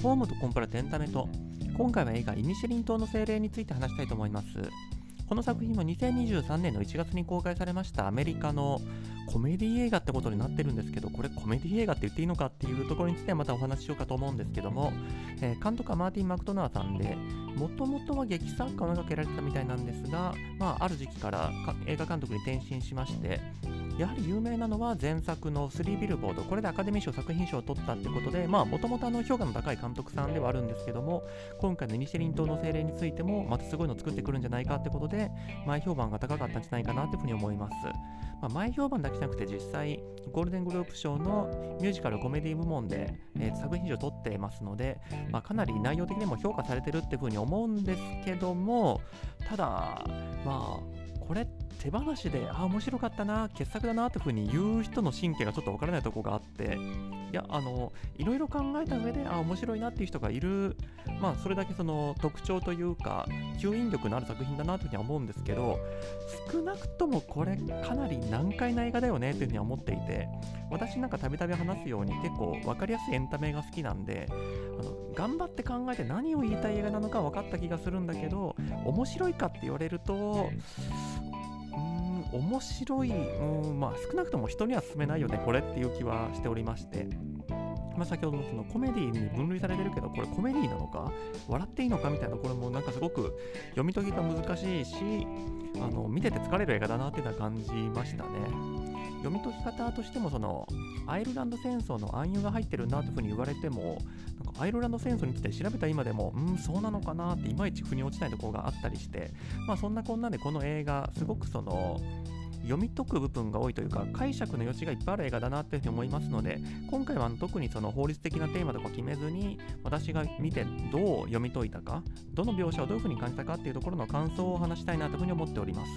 ホームとコンプラとエンタメと、今回は映画イニシェリン島の精霊について話したいと思います。この作品は2023年の1月に公開されましたアメリカのコメディ映画ってことになってるんですけど、これコメディ映画って言っていいのかっていうところについてはまたお話ししようかと思うんですけども、監督はマーティン・マクドナーさんで、もともとは劇作家を描けられてたみたいなんですが、ある時期から映画監督に転身しまして、やはり有名なのは前作の3ビルボード、これでアカデミー賞作品賞を取ったってことで、もともと評価の高い監督さんではあるんですけども、今回のイニシェリン島の精霊についてもまたすごいの作ってくるんじゃないかってことで、前評判が高かったんじゃないかなというふうに思います。前評判だけじゃなくて、実際ゴールデングロープ賞のミュージカルコメディ部門で、作品賞を取ってますので、かなり内容的にも評価されてるっていうふうに思うんですけども、ただこれ手放しで面白かったな、傑作だなっていうふうに言う人の神経がちょっとわからないところがあって、いろいろ考えた上で面白いなっていう人がいる、それだけその特徴というか吸引力のある作品だなというふうには思うんですけど、少なくともこれかなり難解な映画だよねというふうには思っていて、私なんかたびたび話すように結構分かりやすいエンタメが好きなんで、頑張って考えて何を言いたい映画なのか分かった気がするんだけど、面白いかって言われると面白い、少なくとも人には勧めないよねこれっていう気はしておりまして、先ほどのそのコメディに分類されてるけど、これコメディなのか笑っていいのかみたいな、これもなんかすごく読み解きが難しいし、見てて疲れる映画だなっていうのは感じましたね。読み解き方としても、そのアイルランド戦争の暗喩が入ってるんだというふうに言われても、なんかアイルランド戦争について調べた今でもそうなのかなっていまいち腑に落ちないところがあったりして、そんなこんなでこの映画すごくその読み解く部分が多いというか、解釈の余地がいっぱいある映画だなというふうに思いますので、今回は特にその法律的なテーマとか決めずに、私が見てどう読み解いたか、どの描写をどういうふうに感じたかっていうところの感想を話したいなというふうに思っております。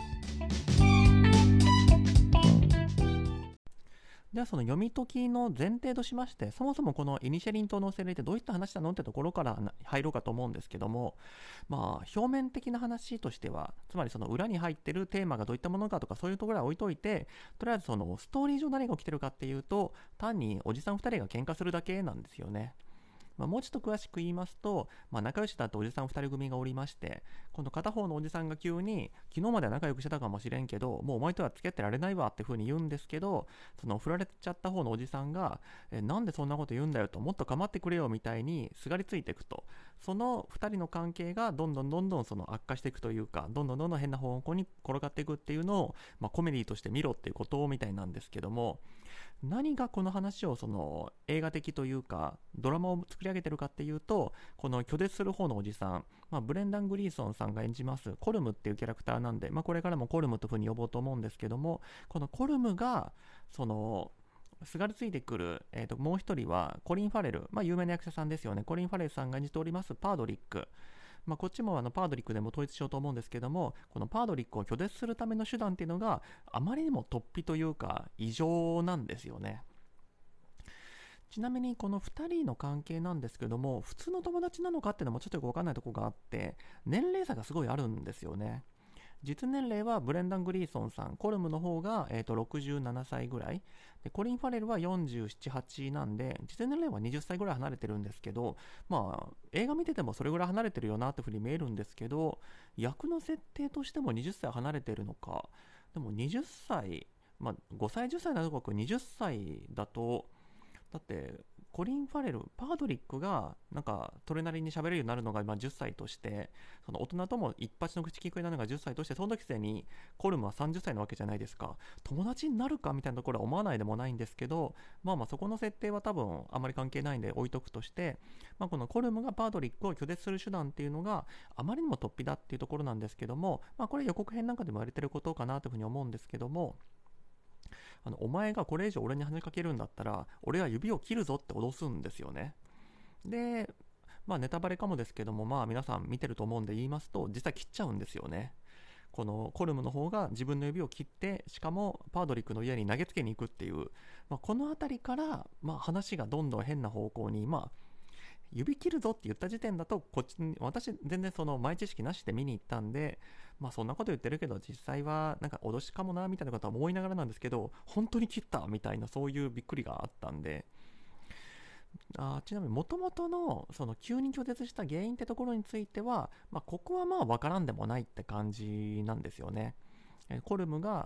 ではその読み解きの前提としまして、そもそもこのイニシェリン島の精霊ってどういった話なのってところから入ろうかと思うんですけども、表面的な話としては、つまりその裏に入ってるテーマがどういったものかとかそういうところは置いといて、とりあえずそのストーリー上何が起きてるかっていうと、単におじさん2人が喧嘩するだけなんですよね。もうちょっと詳しく言いますと、仲良しだったおじさん2人組がおりまして、今度片方のおじさんが急に、昨日までは仲良くしてたかもしれんけど、もうお前とは付き合ってられないわって風に言うんですけど、その振られちゃった方のおじさんが、なんでそんなこと言うんだよと、もっと構ってくれよみたいにすがりついていくと、その2人の関係がどんどんその悪化していくというか、どんどん変な方向に転がっていくっていうのを、コメディとして見ろっていうことみたいなんですけども、何がこの話をその映画的というかドラマを作り上げてるかっていうと、この拒絶する方のおじさん、ブレンダン・グリーソンさんが演じますコルムっていうキャラクターなんで、これからもコルムというふうに呼ぼうと思うんですけども、このコルムがそのすがりついてくる、もう一人はコリン・ファレル、有名な役者さんですよね。コリン・ファレルさんが演じておりますパードリック、こっちもパードリックでも統一しようと思うんですけども、このパードリックを拒絶するための手段っていうのがあまりにも突飛というか異常なんですよね。ちなみにこの2人の関係なんですけども、普通の友達なのかっていうのもちょっとよく分かんないところがあって、年齢差がすごいあるんですよね。実年齢はブレンダン・グリーソンさん、コルムの方が、67歳ぐらいで、コリン・ファレルは47、8なんで、実年齢は20歳ぐらい離れてるんですけど、映画見ててもそれぐらい離れてるよなというふうに見えるんですけど、役の設定としても20歳離れてるのか。でも20歳、5歳10歳なのか20歳だと、だってコリン・ファレル、パードリックがなんかそれなりに喋れるようになるのが今10歳として、その大人とも一発の口利くようになるのが10歳として、その時にコルムは30歳なわけじゃないですか。友達になるかみたいなところは思わないでもないんですけど、そこの設定は多分あまり関係ないんで置いとくとして、このコルムがパードリックを拒絶する手段っていうのがあまりにも突飛だっていうところなんですけども、これ予告編なんかでも言われてることかなというふうに思うんですけども、お前がこれ以上俺に話しかけるんだったら俺は指を切るぞって脅すんですよね。で、ネタバレかもですけども、皆さん見てると思うんで言いますと、実際切っちゃうんですよね。このコルムの方が自分の指を切って、しかもパードリックの家に投げつけに行くっていう、この辺りから、話がどんどん変な方向に、指切るぞって言った時点だと、こっちに私全然その前知識なしで見に行ったんで、そんなこと言ってるけど実際はなんか脅しかもなみたいなことは思いながらなんですけど、本当に切ったみたいなそういうびっくりがあったんで、 ちなみに元々のその急に拒絶した原因ってところについては、ここはまあ分からんでもないって感じなんですよね。コルムが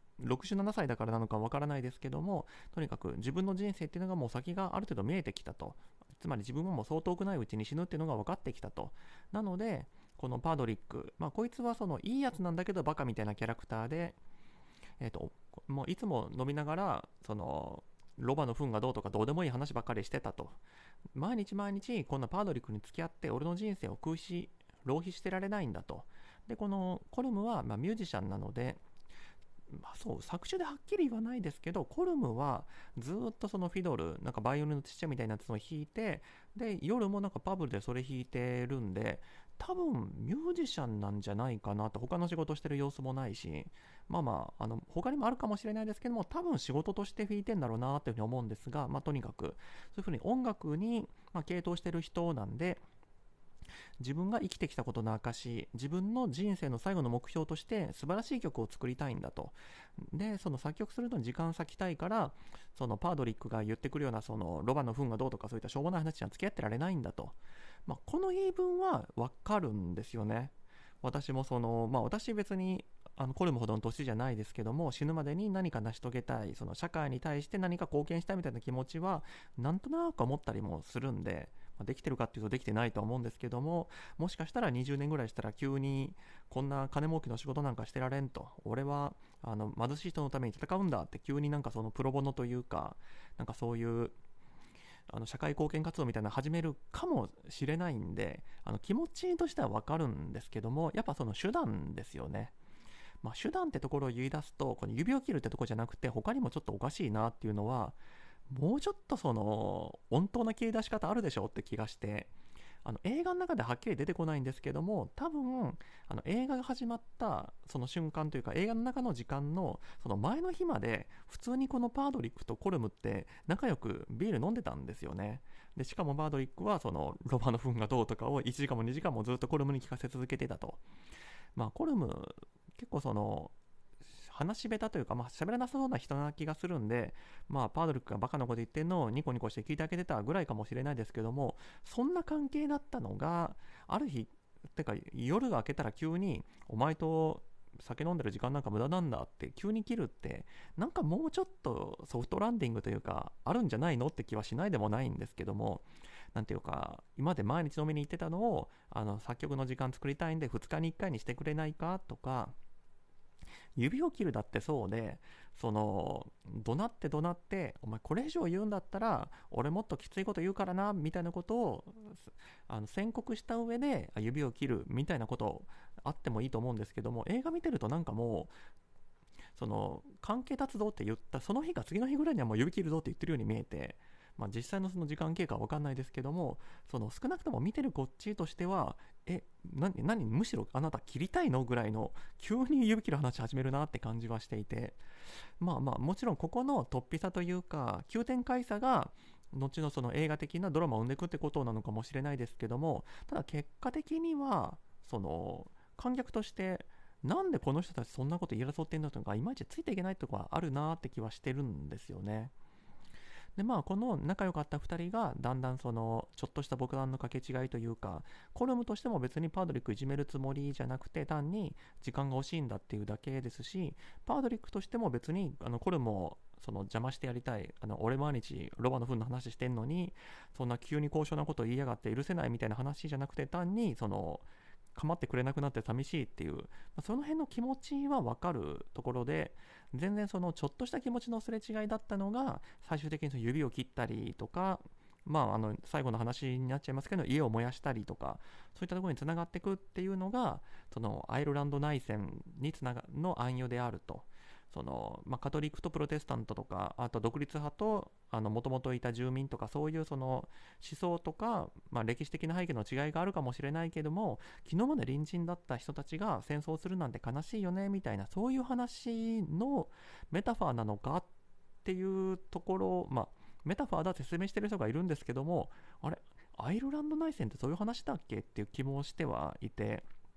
67歳だからなのか分からないですけども、とにかく自分の人生っていうのがもう先がある程度見えてきたと。つまり自分ももうそう遠くないうちに死ぬっていうのが分かってきたと。なのでこのパドリック、こいつはそのいいやつなんだけどバカみたいなキャラクターで、もういつも飲みながらそのロバの糞がどうとかどうでもいい話ばっかりしてたと。毎日毎日こんなパードリックに付き合って俺の人生を浪費してられないんだと。でこのコルムはミュージシャンなので、そう作詞ではっきり言わないですけど、コルムはずっとそのフィドルなんかバイオリンのちっちゃいみたいなやつを弾いて、で夜もなんかパブでそれ弾いてるんで、多分ミュージシャンなんじゃないかなと。他の仕事してる様子もないし、他にもあるかもしれないですけども、多分仕事として弾いてんだろうなというふうに思うんですが、とにかくそういうふうに音楽に傾倒してる人なんで、自分が生きてきたことの証、自分の人生の最後の目標として素晴らしい曲を作りたいんだと。でその作曲するのに時間割きたいから、そのパードリックが言ってくるようなそのロバの糞がどうとかそういったしょうもない話には付き合ってられないんだと。この言い分は分かるんですよね。私も私別にコルムほどの年じゃないですけども、死ぬまでに何か成し遂げたい、その社会に対して何か貢献したいみたいな気持ちはなんとなく思ったりもするんで、できてるかっていうとできてないと思うんですけども、もしかしたら20年ぐらいしたら急にこんな金儲けの仕事なんかしてられんと、俺は貧しい人のために戦うんだって急になんかそのプロボノというか、なんかそういう社会貢献活動みたいなの始めるかもしれないんで、気持ちとしては分かるんですけども、やっぱその手段ですよね。手段ってところを言い出すと、この指を切るってところじゃなくて他にもちょっとおかしいなっていうのは、もうちょっとその温当な切り出し方あるでしょって気がして、映画の中ではっきり出てこないんですけども、多分映画が始まったその瞬間というか、映画の中の時間のその前の日まで普通にこのパードリックとコルムって仲良くビール飲んでたんですよね。でしかもパードリックはそのロバの糞がどうとかを1時間も2時間もずっとコルムに聞かせ続けてたと。コルム結構その話し下手というか、喋らなさそうな人な気がするんで、パードリックがバカなこと言ってんのをニコニコして聞いてあげてたぐらいかもしれないですけども、そんな関係だったのがある日てか夜が明けたら急にお前と酒飲んでる時間なんか無駄なんだって急に切るって、なんかもうちょっとソフトランディングというかあるんじゃないのって気はしないでもないんですけども、なんていうか今まで毎日飲みに行ってたのを作曲の時間作りたいんで2日に1回にしてくれないかとか、指を切るだってそうで、その怒鳴って怒鳴って、お前これ以上言うんだったら俺もっときついこと言うからなみたいなことを宣告した上で指を切るみたいなことあってもいいと思うんですけども、映画見てるとなんかもうその関係立つぞって言ったその日か次の日ぐらいにはもう指切るぞって言ってるように見えて、実際のその時間経過は分かんないですけども、その少なくとも見てるこっちとしては、何むしろあなた切りたいのぐらいの急に指切る話始めるなって感じはしていて、もちろんここの突飛さというか急展開さが後のその映画的なドラマを生んでいくってことなのかもしれないですけども、ただ結果的にはその観客としてなんでこの人たちそんなこと言い争ってんだとか、いまいちついていけないとこはあるなって気はしてるんですよね。でこの仲良かった2人がだんだんそのちょっとした爆弾の掛け違いというか、コルムとしても別にパードリックいじめるつもりじゃなくて単に時間が欲しいんだっていうだけですし、パードリックとしても別にコルムをその邪魔してやりたい、俺毎日ロバの糞の話してんのにそんな急に高尚なことを言いやがって許せないみたいな話じゃなくて、単にその構ってくれなくなって寂しいっていう、その辺の気持ちは分かるところで、全然そのちょっとした気持ちのすれ違いだったのが最終的にその指を切ったりとか、最後の話になっちゃいますけど家を燃やしたりとか、そういったところにつながっていくっていうのがそのアイルランド内戦につながの暗喩であると。そのカトリックとプロテスタントとか、あと独立派ともともといた住民とか、そういうその思想とか、歴史的な背景の違いがあるかもしれないけども、昨日まで隣人だった人たちが戦争するなんて悲しいよねみたいな、そういう話のメタファーなのかっていうところ、メタファーだって説明してる人がいるんですけども、あれアイルランド内戦ってそういう話だっけっていう気もしてはいて、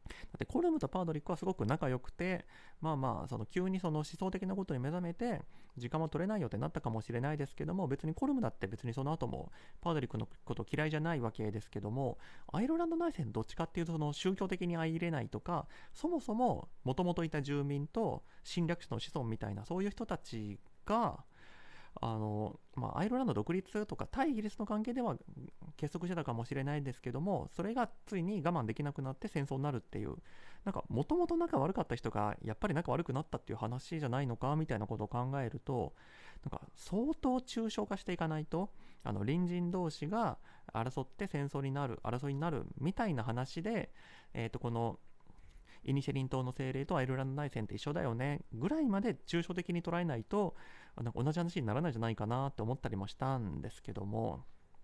ってコルムとパードリックはすごく仲良くて、その急にその思想的なことに目覚めて時間も取れないよってなったかもしれないですけども、別にコルムだって別にその後もパードリックのこと嫌いじゃないわけですけども、アイルランド内戦どっちかっていうとその宗教的に相入れないとか、そもそももともといた住民と侵略者の子孫みたいなそういう人たちがアイルランド独立とか対イギリスの関係では結束してたかもしれないですけども、それがついに我慢できなくなって戦争になるっていう、なんかもともと仲悪かった人がやっぱり仲悪くなったっていう話じゃないのかみたいなことを考えると、なんか相当抽象化していかないと、隣人同士が争って戦争になる、争いになるみたいな話で、このイニシェリン島の精霊とアイルランド内戦って一緒だよねぐらいまで抽象的に捉えないと、なんか同じ話にならないんじゃないかなって思ったりもしたんですけども、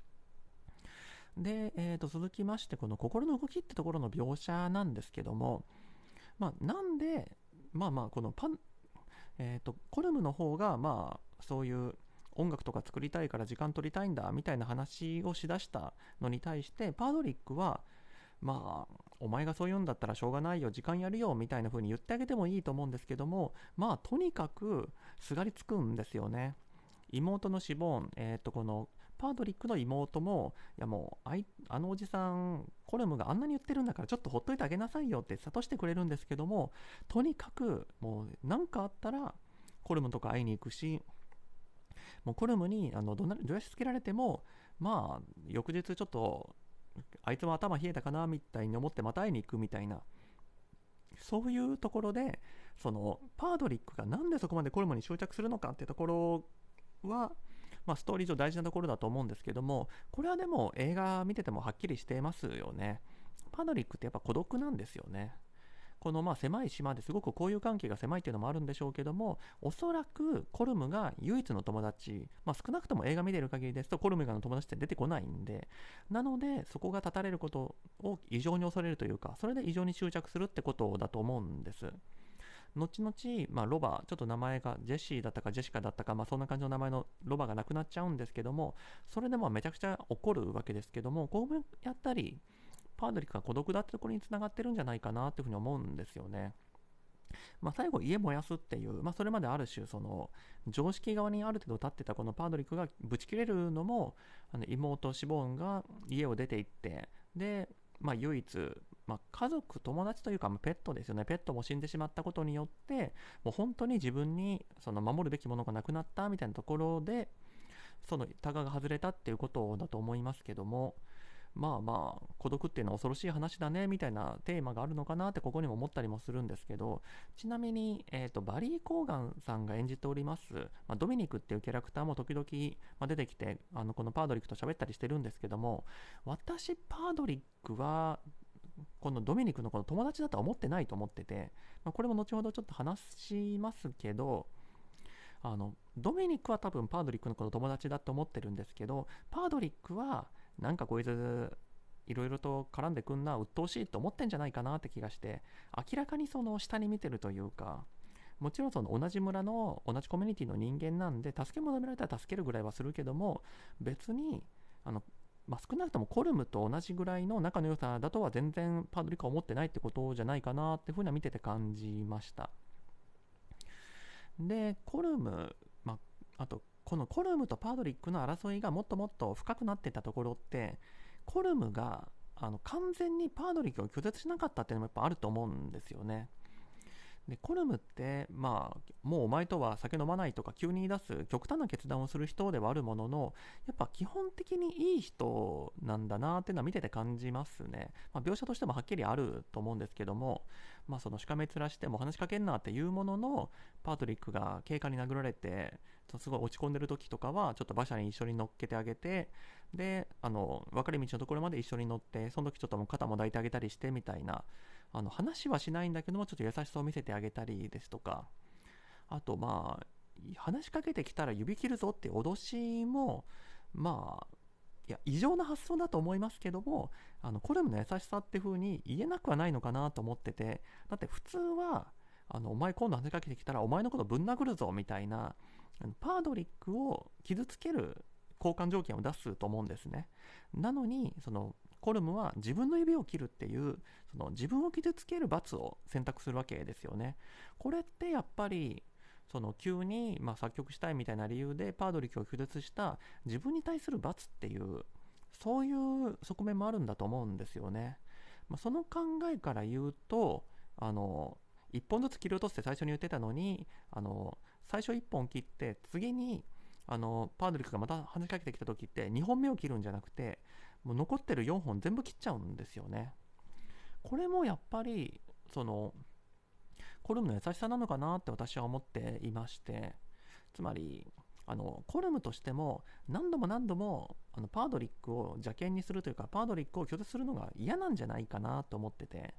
で、続きましてこの心の動きってところの描写なんですけども、なんでこのコルムの方がそういう音楽とか作りたいから時間取りたいんだみたいな話をしだしたのに対して、パードリックはお前がそう言うんだったらしょうがないよ、時間やるよみたいな風に言ってあげてもいいと思うんですけども、とにかくすがりつくんですよね。妹のシボーン、このパードリックの妹も、いやもうあのおじさんコルムがあんなに言ってるんだからちょっとほっといてあげなさいよって諭してくれるんですけども、とにかくもう何かあったらコルムとか会いに行くし、もうコルムにどやしつけられても翌日ちょっとあいつも頭冷えたかなみたいに思ってまた会いに行くみたいな、そういうところでそのパードリックがなんでそこまでコルムに執着するのかっていうところは、ストーリー上大事なところだと思うんですけども、これはでも映画見ててもはっきりしてますよね。パードリックってやっぱ孤独なんですよね。この狭い島ですごく交友関係が狭いっていうのもあるんでしょうけども、おそらくコルムが唯一の友達、少なくとも映画見てる限りですとコルム以外の友達って出てこないんで、なのでそこが断たれることを異常に恐れるというか、それで異常に執着するってことだと思うんです。後々、ロバ、ちょっと名前がジェシーだったかジェシカだったか、そんな感じの名前のロバが亡くなっちゃうんですけども、それでもめちゃくちゃ怒るわけですけども、こうやったりパードリックが孤独だってところにつながってるんじゃないかなっていうふうに思うんですよね。最後家燃やすっていう、それまである種その常識側にある程度立ってたこのパードリックがぶち切れるのも、妹シボーンが家を出て行って、で、唯一、家族友達というか、ペットですよね。ペットも死んでしまったことによって、もう本当に自分にその守るべきものがなくなったみたいなところで、そのタガが外れたっていうことだと思いますけども、孤独っていうのは恐ろしい話だねみたいなテーマがあるのかなってここにも思ったりもするんですけど、ちなみに、バリー・コーガンさんが演じております、ドミニクっていうキャラクターも時々、出てきてこのパードリックと喋ったりしてるんですけども、私パードリックはこのドミニクのこの友達だとは思ってないと思ってて、これも後ほどちょっと話しますけど、ドミニクは多分パードリックのこの友達だと思ってるんですけど、パードリックはなんかこいついろいろと絡んでくんな、鬱陶しいと思ってんじゃないかなって気がして、明らかにその下に見てるというか、もちろんその同じ村の同じコミュニティの人間なんで、助け求められたら助けるぐらいはするけども、別に少なくともコルムと同じぐらいの仲の良さだとは全然パードリックは思ってないってことじゃないかなっていうふうには見てて感じました。でコルム、あとこのコルムとパードリックの争いがもっともっと深くなっていたところって、コルムが完全にパードリックを拒絶しなかったっていうのもやっぱあると思うんですよね。でコルムってもうお前とは酒飲まないとか急に言い出す極端な決断をする人ではあるものの、やっぱ基本的にいい人なんだなっていうのは見てて感じますね。描写としてもはっきりあると思うんですけども、そのしかめ面しても話しかけんなっていうものの、パートリックが警官に殴られてすごい落ち込んでる時とかはちょっと馬車に一緒に乗っけてあげて、で分かれ道のところまで一緒に乗って、その時ちょっともう肩も抱いてあげたりしてみたいな、話はしないんだけどもちょっと優しさを見せてあげたりですとか、あと話しかけてきたら指切るぞっていう脅しもいや異常な発想だと思いますけども、コルムの優しさっていう風に言えなくはないのかなと思ってて、だって普通はお前今度話しかけてきたらお前のことぶん殴るぞみたいな、パードリックを傷つける交換条件を出すと思うんですね。なのにそのコルムは自分の指を切るっていう、その自分を傷つける罰を選択するわけですよね。これってやっぱりその急に作曲したいみたいな理由でパードリックを拒絶した自分に対する罰っていう、そういう側面もあるんだと思うんですよね。その考えから言うと、1本ずつ切り落として最初に言ってたのに、最初1本切って次にパードリックがまた話しかけてきた時って2本目を切るんじゃなくて、もう残ってる4本全部切っちゃうんですよね。これもやっぱりそのコルムの優しさなのかなって私は思っていまして、つまりコルムとしても何度も何度もパードリックを邪険にするというか、パードリックを拒絶するのが嫌なんじゃないかなと思ってて、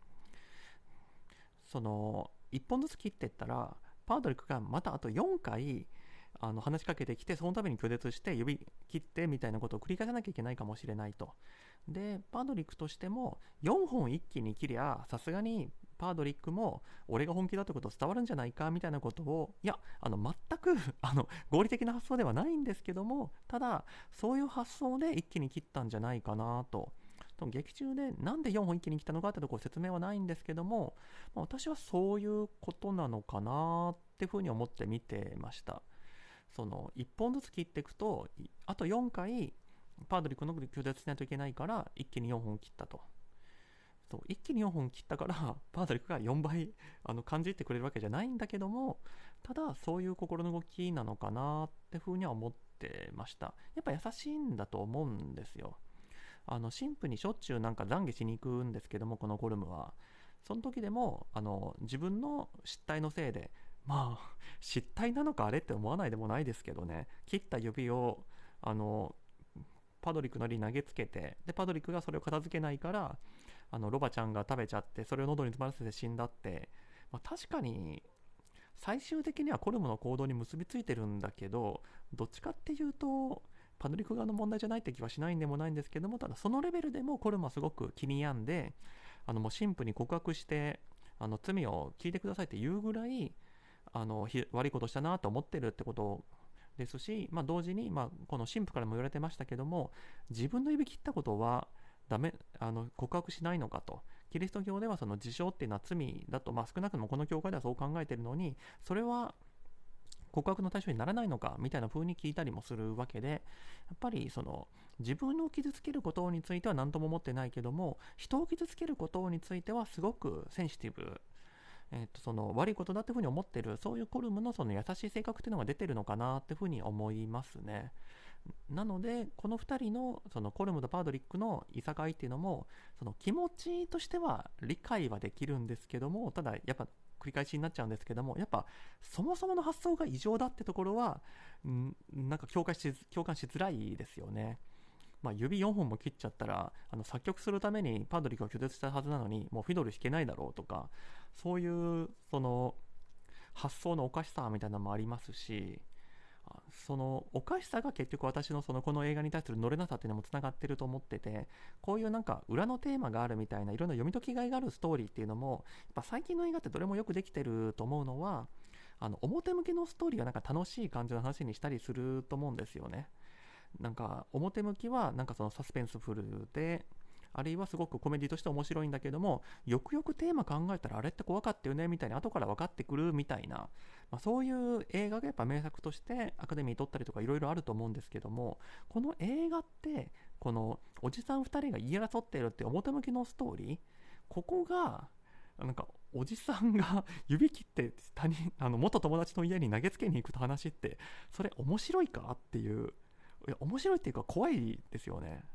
その1本ずつ切っていったらパードリックがまたあと4回話しかけてきて、その度に拒絶して指切ってみたいなことを繰り返さなきゃいけないかもしれないと。でパードリックとしても4本一気に切りゃさすがにパードリックも俺が本気だってこと伝わるんじゃないかみたいなことを、いや全く合理的な発想ではないんですけども、ただそういう発想で一気に切ったんじゃないかなと。劇中でなんで4本一気に切ったのかってところ説明はないんですけども、私はそういうことなのかなっていうふうに思って見てました。その1本ずつ切っていくとあと4回パードリックの拒絶しないといけないから、一気に4本切ったと。そう一気に4本切ったからパードリックが4倍感じてくれるわけじゃないんだけども、ただそういう心の動きなのかなってふうには思ってました。やっぱ優しいんだと思うんですよ。神父にしょっちゅう懺悔しに行くんですけども、このコルムはその時でも自分の失態のせいで、失態なのかあれって思わないでもないですけどね、切った指をパドリックのりに投げつけて、でパドリックがそれを片付けないからロバちゃんが食べちゃって、それを喉に詰まらせて死んだって、確かに最終的にはコルムの行動に結びついてるんだけど、どっちかっていうとパドリック側の問題じゃないって気はしないんでもないんですけども、ただそのレベルでもコルムはすごく気に病んで、もう神父に告白して罪を聞いてくださいって言うぐらい悪いことしたなと思ってるってことですし、同時に、この神父からも言われてましたけども、自分の指切ったことはダメ告白しないのかと。キリスト教ではその自傷っていうのは罪だと、少なくともこの教会ではそう考えてるのに、それは告白の対象にならないのかみたいな風に聞いたりもするわけで、やっぱりその自分を傷つけることについては何とも思ってないけども、人を傷つけることについてはすごくセンシティブ、その悪いことだっていうふうに思ってる、そういうコルムのその優しい性格っていうのが出てるのかなっていうふうに思いますね。なのでこの2人のそのコルムとパードリックのいさかいっていうのも、その気持ちとしては理解はできるんですけども、ただやっぱ繰り返しになっちゃうんですけども、やっぱそもそもの発想が異常だってところはなんか共感しづらいですよね。指4本も切っちゃったら作曲するためにパードリックが拒絶したはずなのにもうフィドル弾けないだろうとか、そういうその発想のおかしさみたいなのもありますし、そのおかしさが結局私のこの映画に対する乗れなさっていうのもつながってると思ってて、こういうなんか裏のテーマがあるみたいないろんな読み解きがいがあるストーリーっていうのもやっぱ最近の映画ってどれもよくできてると思うのは、表向きのストーリーはなんか楽しい感じの話にしたりすると思うんですよね。なんか表向きはなんかそのサスペンスフルで、あるいはすごくコメディとして面白いんだけども、よくよくテーマ考えたらあれって怖かったよねみたいな後から分かってくるみたいな、そういう映画がやっぱ名作としてアカデミー取ったりとかいろいろあると思うんですけども、この映画ってこのおじさん2人が言い争っているって表向きのストーリー、ここがなんかおじさんが指切って元友達の家に投げつけに行く話って、それ面白いかっていう、いや面白いっていうか怖いですよね。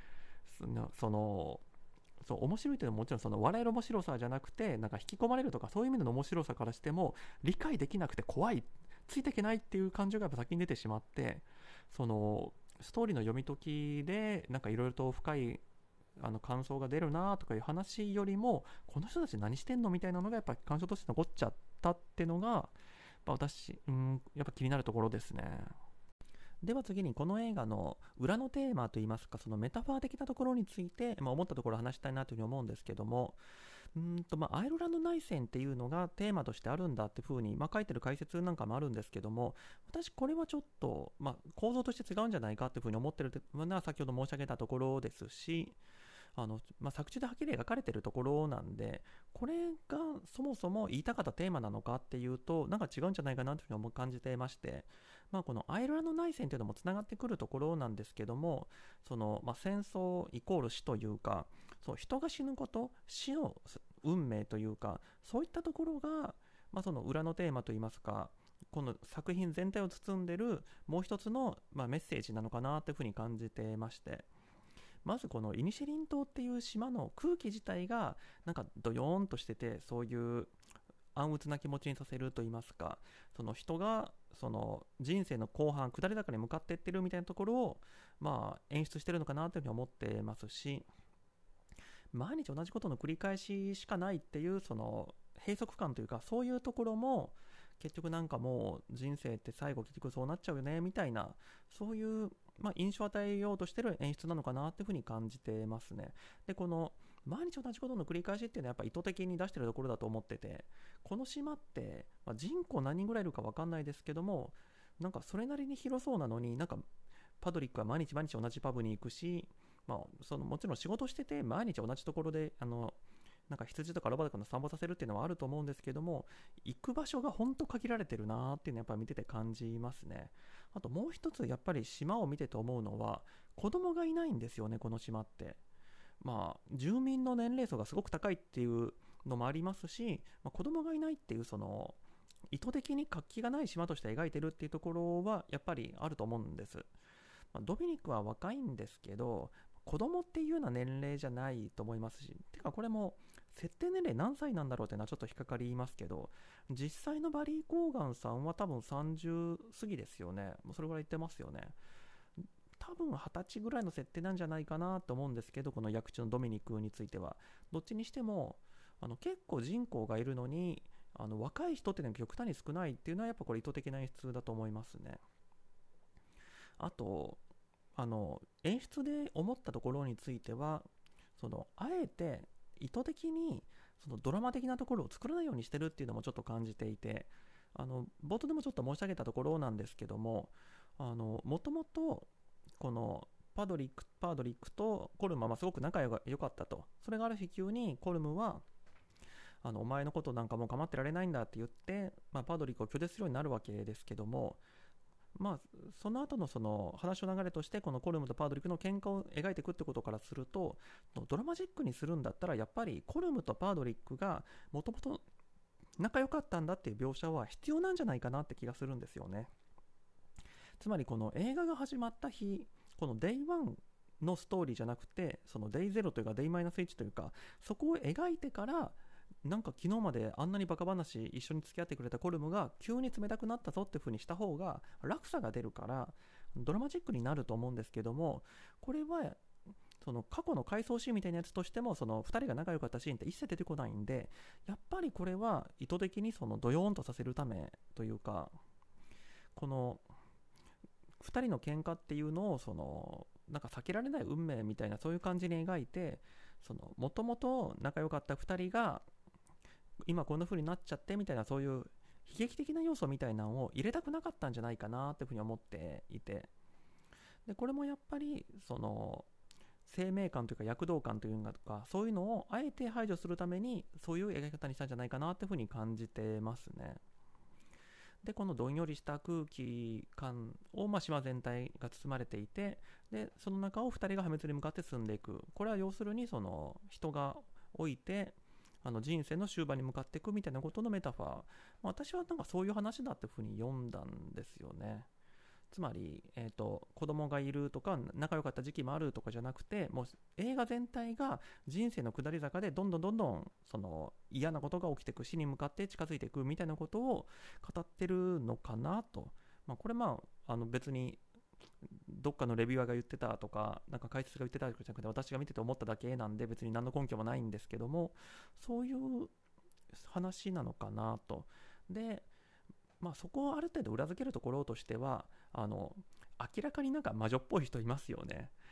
そう面白いっていうのはもちろんその笑える面白さじゃなくて、なんか引き込まれるとかそういう意味での面白さからしても理解できなくて怖い、ついていけないっていう感情がやっぱ先に出てしまって、そのストーリーの読み解きでなんかいろいろと深い感想が出るなとかいう話よりも、この人たち何してんのみたいなのがやっぱ感想として残っちゃったっていうのがやっぱ私やっぱ気になるところですね。では次にこの映画の裏のテーマといいますか、そのメタファー的なところについて、思ったところを話したいなというふうに思うんですけども、 アイルランド内戦っていうのがテーマとしてあるんだっていうふうに、書いてる解説なんかもあるんですけども、私これはちょっと、構造として違うんじゃないかっていうふうに思ってるのは先ほど申し上げたところですし、作中ではっきり描かれてるところなんで、これがそもそも言いたかったテーマなのかっていうと、なんか違うんじゃないかなというふうに感じてまして、このアイルランド内戦というのもつながってくるところなんですけども、戦争イコール死というか、そう人が死ぬこと、死の運命というか、そういったところが、その裏のテーマといいますか、この作品全体を包んでるもう一つの、メッセージなのかなというふうに感じてまして、まずこのイニシェリン島っていう島の空気自体がなんかドヨーンとしてて、そういう暗鬱な気持ちにさせると言いますか、その人がその人生の後半下り坂に向かっていってるみたいなところを演出してるのかなというふうに思ってますし、毎日同じことの繰り返ししかないっていうその閉塞感というか、そういうところも結局なんかもう人生って最後結局そうなっちゃうよねみたいな、そういう印象を与えようとしてる演出なのかなっていうふうに感じてますね。でこの毎日同じことの繰り返しっていうのはやっぱ意図的に出してるところだと思ってて、この島って、人口何人ぐらいいるか分かんないですけども、なんかそれなりに広そうなのに、なんかパドリックは毎日毎日同じパブに行くし、もちろん仕事してて毎日同じところでなんか羊とかロバとかの散歩させるっていうのはあると思うんですけども、行く場所が本当限られてるなーっていうのはやっぱり見てて感じますね。あともう一つやっぱり島を見てて思うのは、子供がいないんですよね、この島って。住民の年齢層がすごく高いっていうのもありますし、子供がいないっていうその意図的に活気がない島として描いてるっていうところはやっぱりあると思うんです。ドミニクは若いんですけど、子供っていうような年齢じゃないと思いますし、てかこれも設定年齢何歳なんだろうっていうのはちょっと引っかかりますけど、実際のバリー・コーガンさんは多分30過ぎですよね。もうそれぐらい言ってますよね。多分20歳ぐらいの設定なんじゃないかなと思うんですけど、この役中のドミニクについては。どっちにしても結構人口がいるのに若い人っていうのが極端に少ないっていうのはやっぱこれ意図的な演出だと思いますね。あと演出で思ったところについては、あえて意図的にそのドラマ的なところを作らないようにしてるっていうのもちょっと感じていて、冒頭でもちょっと申し上げたところなんですけども、もともとこのパドリックとコルムはすごく仲良かったと。それがある日急にコルムはお前のことなんかもう構ってられないんだって言って、パドリックを拒絶するようになるわけですけども、その後のその話の流れとして、このコルムとパドリックの喧嘩を描いていくってことからすると、ドラマチックにするんだったらやっぱりコルムとパドリックがもともと仲良かったんだっていう描写は必要なんじゃないかなって気がするんですよね。つまりこの映画が始まった日、この Day1 のストーリーじゃなくて、その Day0 というか Day-1 というか、そこを描いてから、なんか昨日まであんなにバカ話一緒に付き合ってくれたコルムが急に冷たくなったぞって風にした方が落差が出るからドラマチックになると思うんですけども、これはその過去の回想シーンみたいなやつとしても、その2人が仲良かったシーンって一切出てこないんで、やっぱりこれは意図的にそのドヨーンとさせるためというか、この2人の喧嘩っていうのをなんか避けられない運命みたいな、そういう感じに描いて、もともと仲良かった2人が今こんな風になっちゃってみたいな、そういう悲劇的な要素みたいなのを入れたくなかったんじゃないかなっていうふうに思っていて、でこれもやっぱり生命感というか躍動感というのか、そういうのをあえて排除するためにそういう描き方にしたんじゃないかなっていうふうに感じてますね。でこのどんよりした空気感を島全体が包まれていて、でその中を2人が破滅に向かって進んでいく。これは要するに人が置いて人生の終盤に向かっていくみたいなことのメタファー、私はなんかそういう話だっていうふうに読んだんですよね。つまり、子供がいるとか仲良かった時期もあるとかじゃなくて、もう映画全体が人生の下り坂でどんどん嫌なことが起きていく、死に向かって近づいていくみたいなことを語ってるのかなと。これ別にどっかのレビュアーが言ってたとか、なんか解説が言ってたとかじゃなくて、私が見てて思っただけなんで別に何の根拠もないんですけども、そういう話なのかなと。でそこをある程度裏付けるところとしては、明らかになんか魔女っぽい人いますよね。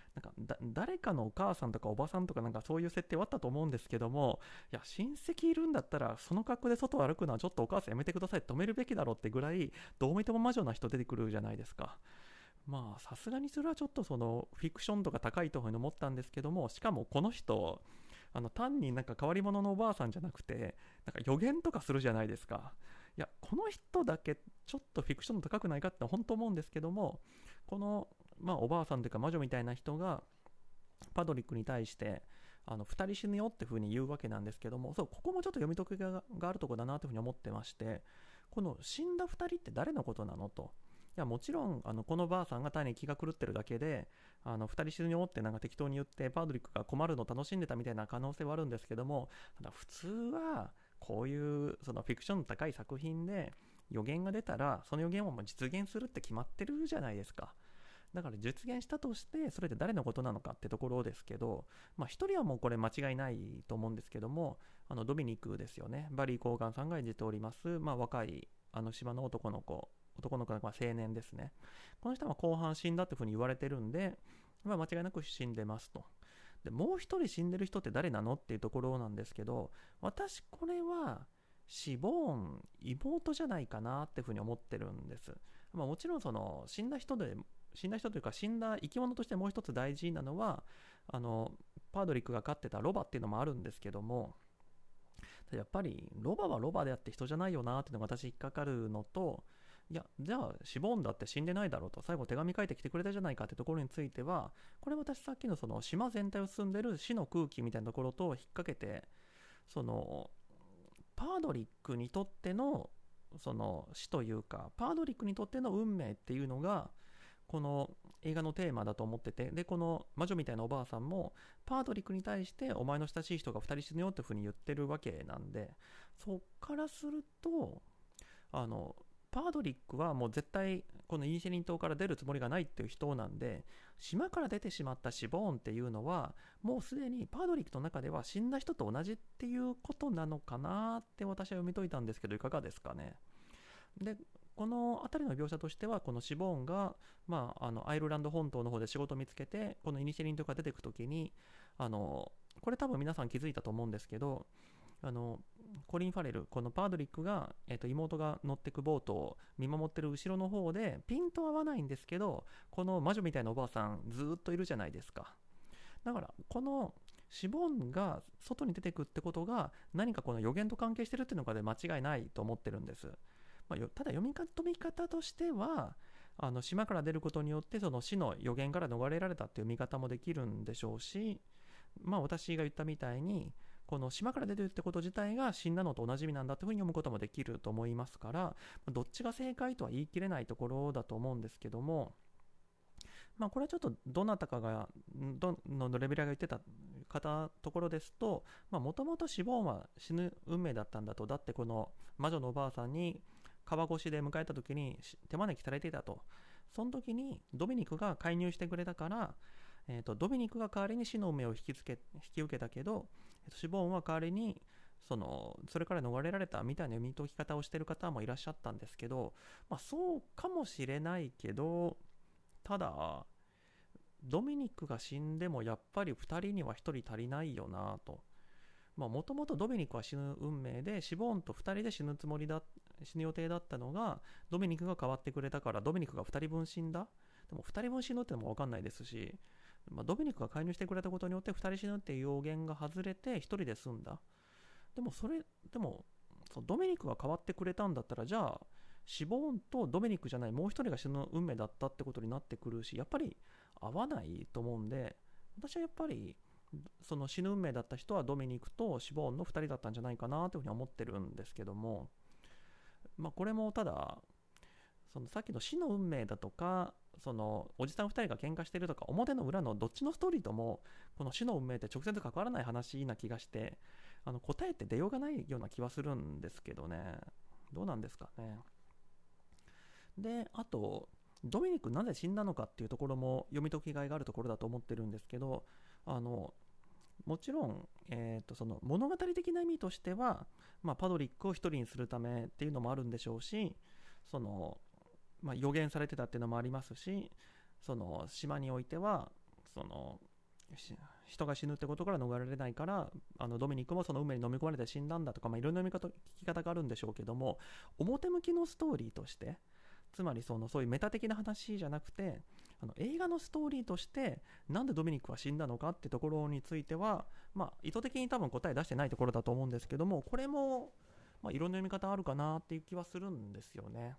誰かのお母さんとかおばさんとかそういう設定はあったと思うんですけども、いや親戚いるんだったらその格好で外を歩くのはちょっとお母さんやめてください、止めるべきだろうってぐらいどう見ても魔女な人出てくるじゃないですか。まあさすがにそれはちょっとそのフィクション度が高いというふうに思ったんですけども、しかもこの人単に変わり者のおばあさんじゃなくて予言とかするじゃないですか。いやこの人だけちょっとフィクション度高くないかって本当思うんですけども、このおばあさんというか魔女みたいな人がパドリックに対して2人死ぬよっていうふうに言うわけなんですけども、そうここもちょっと読み解きがあるところだなというふうに思ってまして、この死んだ2人って誰のことなのと。いやもちろんこのばあさんが単に気が狂ってるだけで2人死ぬよって適当に言ってパドリックが困るのを楽しんでたみたいな可能性はあるんですけども、ただ普通はこういうそのフィクションの高い作品で予言が出たらその予言をもう実現するって決まってるじゃないですか。だから実現したとしてそれって誰のことなのかってところですけど、一人はもうこれ間違いないと思うんですけども、ドミニクですよね。バリー・コーガンさんが演じております、若い島の男の子が青年ですね。この人は後半死んだっていうふうに言われてるんで、間違いなく死んでますと。でもう一人死んでる人って誰なのっていうところなんですけど、私これはシボーン妹じゃないかなっていうふうに思ってるんです。もちろんその死んだ人というか死んだ生き物としてもう一つ大事なのはパドリックが飼ってたロバっていうのもあるんですけども、やっぱりロバはロバであって人じゃないよなっていうのが私引っかかるのと、いやじゃあシボーンだって死んでないだろうと、最後手紙書いてきてくれたじゃないかってところについては、これ私さっきのその島全体を進んでる死の空気みたいなところと引っ掛けて、そのパードリックにとってのその死というかパードリックにとっての運命っていうのがこの映画のテーマだと思ってて、でこの魔女みたいなおばあさんもパードリックに対してお前の親しい人が2人死ぬよっていうふうに言ってるわけなんで、そっからするとパードリックはもう絶対このイニシェリン島から出るつもりがないっていう人なんで、島から出てしまったシボーンっていうのはもうすでにパードリックの中では死んだ人と同じっていうことなのかなって私は読み解いたんですけど、いかがですかね。でこの辺りの描写としては、このシボーンが、アイルランド本島の方で仕事を見つけてこのイニシェリン島から出ていくときにこれ多分皆さん気づいたと思うんですけど、コリン・ファレル、このパードリックが、妹が乗ってくボートを見守ってる後ろの方でピントは合わないんですけど、この魔女みたいなおばあさんずっといるじゃないですか。だからこのシボーンが外に出てくってことが何かこの予言と関係してるっていうのがで間違いないと思ってるんです。ただ読み方としては島から出ることによってその死の予言から逃れられたっていう見方もできるんでしょうし、私が言ったみたいにこの島から出てるってこと自体が死んだのと同じ意味なんだっていうふうに読むこともできると思いますから、どっちが正解とは言い切れないところだと思うんですけども、これはちょっとどなたかがどのレベルが言ってたところですと、もともとシボーンは死ぬ運命だったんだと。だってこの魔女のおばあさんに川越しで迎えた時に手招きされていたと。その時にドミニクが介入してくれたから、ドミニクが代わりに死の運命を引き受けたけど、シボーンは代わりにそれから逃れられたみたいな読み解き方をしている方もいらっしゃったんですけど、そうかもしれないけど、ただドミニクが死んでもやっぱり2人には1人足りないよなと。もともとドミニクは死ぬ運命でシボーンと2人で死ぬ予定だったのがドミニクが代わってくれたからドミニクが2人分死んだ。でも2人分死ぬってのも分かんないですし、ドミニクが介入してくれたことによって2人死ぬっていう予言が外れて1人で済んだ。でもドミニクが変わってくれたんだったら、じゃあシボーンとドミニクじゃないもう1人が死ぬ運命だったってことになってくるし、やっぱり合わないと思うんで、私はやっぱりその死ぬ運命だった人はドミニクとシボーンの2人だったんじゃないかなというふうに思ってるんですけども、これもたださっきの死の運命だとかおじさん2人が喧嘩してるとか表の裏のどっちのストーリーともこの死の運命って直接関わらない話な気がして、答えって出ようがないような気はするんですけどね。どうなんですかね。であとドミニクなぜ死んだのかっていうところも読み解きがいがあるところだと思ってるんですけど、もちろん、その物語的な意味としては、パドリックを一人にするためっていうのもあるんでしょうし、予言されてたっていうのもありますし、その島においてはその人が死ぬってことから逃れられないから、ドミニクもその運命に飲み込まれて死んだんだとか、いろんな聞き方があるんでしょうけども、表向きのストーリーとして、つまりそういうメタ的な話じゃなくて、映画のストーリーとしてなんでドミニクは死んだのかってところについては、意図的に多分答え出してないところだと思うんですけども、これも、いろんな読み方あるかなっていう気はするんですよね。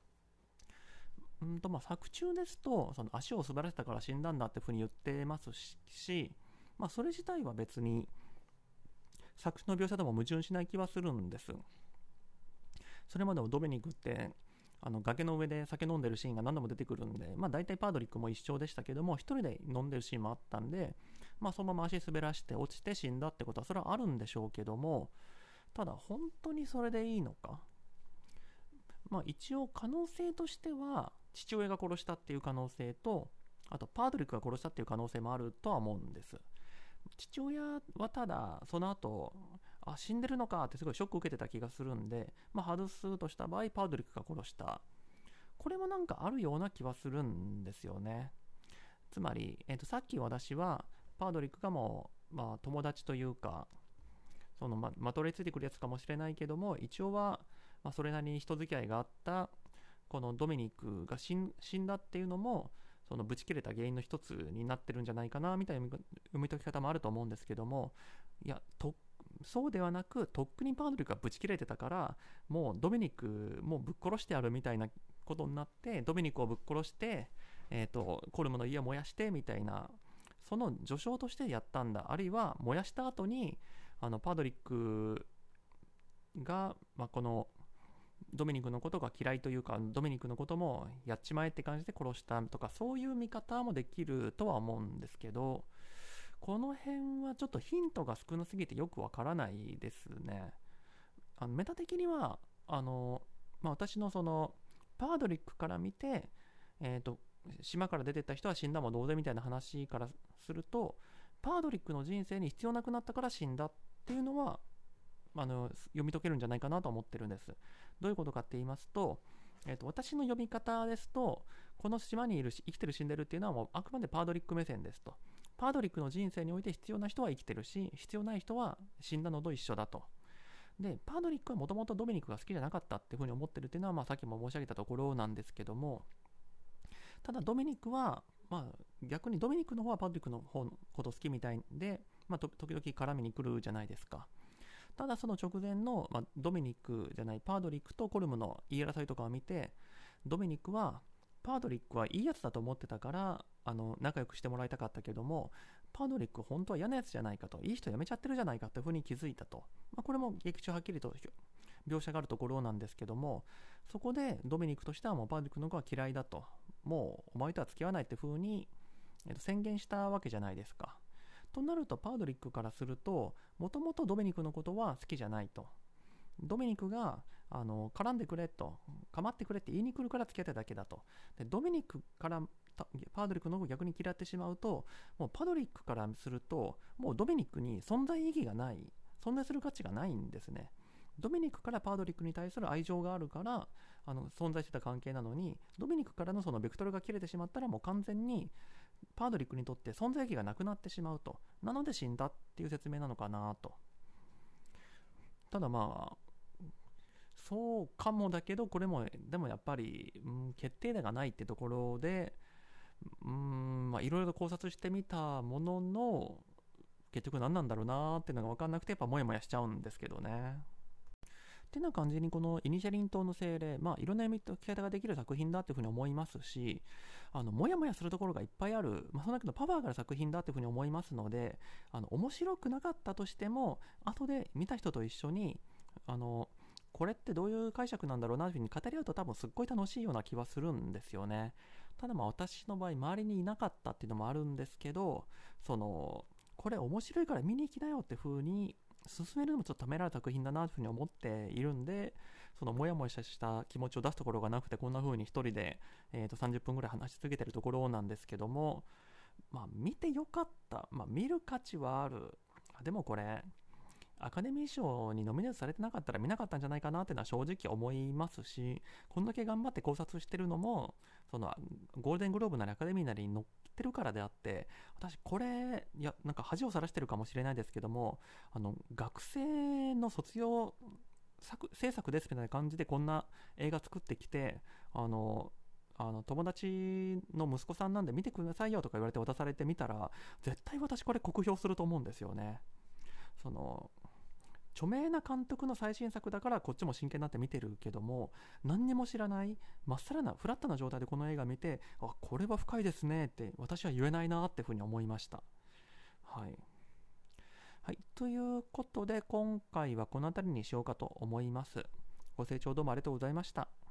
作中ですと、その足を滑らせたから死んだんだっていうふうに言ってますし、それ自体は別に作中の描写とも矛盾しない気はするんです。それまでもドミニクって崖の上で酒飲んでるシーンが何度も出てくるんで、大体パードリックも一緒でしたけども、一人で飲んでるシーンもあったんで、そのまま足滑らして落ちて死んだってことはそれはあるんでしょうけども、ただ本当にそれでいいのか。一応可能性としては父親が殺したっていう可能性と、あとパードリックが殺したっていう可能性もあるとは思うんです。父親はただその後死んでるのかってすごいショックを受けてた気がするんで、外すとした場合パードリックが殺した、これもなんかあるような気はするんですよね。つまり、さっき私はパードリックがもう、友達というかまとれついてくるやつかもしれないけども、一応は、それなりに人付き合いがあったこのドミニクが死んだっていうのも、そのぶち切れた原因の一つになってるんじゃないかなみたいな読み解き方もあると思うんですけども、いやそうではなく、とっくにパードリックがぶち切れてたから、もうドミニクもうぶっ殺してやるみたいなことになって、ドミニクをぶっ殺して、コルムの家を燃やしてみたいな、その序章としてやったんだ。あるいは燃やした後にパードリックが、このドミニクのことが嫌いというか、ドミニクのこともやっちまえって感じで殺したとか、そういう見方もできるとは思うんですけど、この辺はちょっとヒントが少なすぎてよくわからないですね。メタ的には私のそのパードリックから見て、島から出てった人は死んだも同然みたいな話からすると、パードリックの人生に必要なくなったから死んだっていうのは読み解けるんじゃないかなと思ってるんです。どういうことかって言いますと、私の読み方ですと、この島にいる生きてる死んでるっていうのはもうあくまでパードリック目線ですと。パードリックの人生において必要な人は生きてるし、必要ない人は死んだのと一緒だと。でパードリックはもともとドミニクが好きじゃなかったっていうふうに思ってるっていうのは、さっきも申し上げたところなんですけども、ただドミニクは、逆にドミニクの方はパードリックの方のこと好きみたいで、時々絡みに来るじゃないですか。ただその直前の、ドミニクじゃないパードリックとコルムの言い争いとかを見て、ドミニクはパードリックはいいやつだと思ってたから仲良くしてもらいたかったけども、パードリック本当は嫌なやつじゃないかと、いい人辞めちゃってるじゃないかというふうに気づいたと、これも劇中はっきりと描写があるところなんですけども、そこでドミニクとしてはもうパードリックの子は嫌いだと、もうお前とは付き合わないっていうふうに宣言したわけじゃないですか。となるとパードリックからすると、もともとドミニクのことは好きじゃないと、ドミニクが絡んでくれと、構ってくれって言いに来るから付き合ってただけだと。でドミニクからパードリックの方を逆に嫌ってしまうと、もうパドリックからするともうドミニクに存在意義がない、存在する価値がないんですね。ドミニクからパードリックに対する愛情があるから存在してた関係なのに、ドミニクからのそのベクトルが切れてしまったら、もう完全にパードリックにとって存在意義がなくなってしまうと。なので死んだっていう説明なのかなと。ただそうかもだけど、これもでもやっぱり、決定打がないってところで、いろいろと考察してみたものの、結局何なんだろうなーっていうのが分かんなくて、やっぱモヤモヤしちゃうんですけどね。ってな感じに、このイニシャリン島の精霊、いろんな読み解き方ができる作品だっていうふうに思いますし、モヤモヤするところがいっぱいある、その中のパワーがある作品だっていうふうに思いますので、面白くなかったとしても、後で見た人と一緒にこれってどういう解釈なんだろうなというふうに語り合うと、多分すっごい楽しいような気はするんですよね。ただ私の場合、周りにいなかったっていうのもあるんですけど、これ面白いから見に行きなよっていう風に進めるのもちょっとためられた作品だなというふうに思っているんで、そのモヤモヤした気持ちを出すところがなくて、こんな風に一人で、30分ぐらい話し続けてるところなんですけども、見てよかった、見る価値はある。でもこれアカデミー賞にノミネートされてなかったら見なかったんじゃないかなっていうのは正直思いますし、こんだけ頑張って考察してるのも、そのゴールデングローブなりアカデミーなりに載っってるからであって、私これなんか恥をさらしてるかもしれないですけども、学生の卒業制作ですみたいな感じでこんな映画作ってきて、あの友達の息子さんなんで見てくださいよとか言われて渡されてみたら、絶対私これ酷評すると思うんですよね。その著名な監督の最新作だからこっちも真剣になって見てるけども、何にも知らないまっさらなフラットな状態でこの映画見て、あ、これは深いですねって私は言えないなっていうふうに思いました。はい、はい、ということで今回はこの辺りにしようかと思います。ご清聴どうもありがとうございました。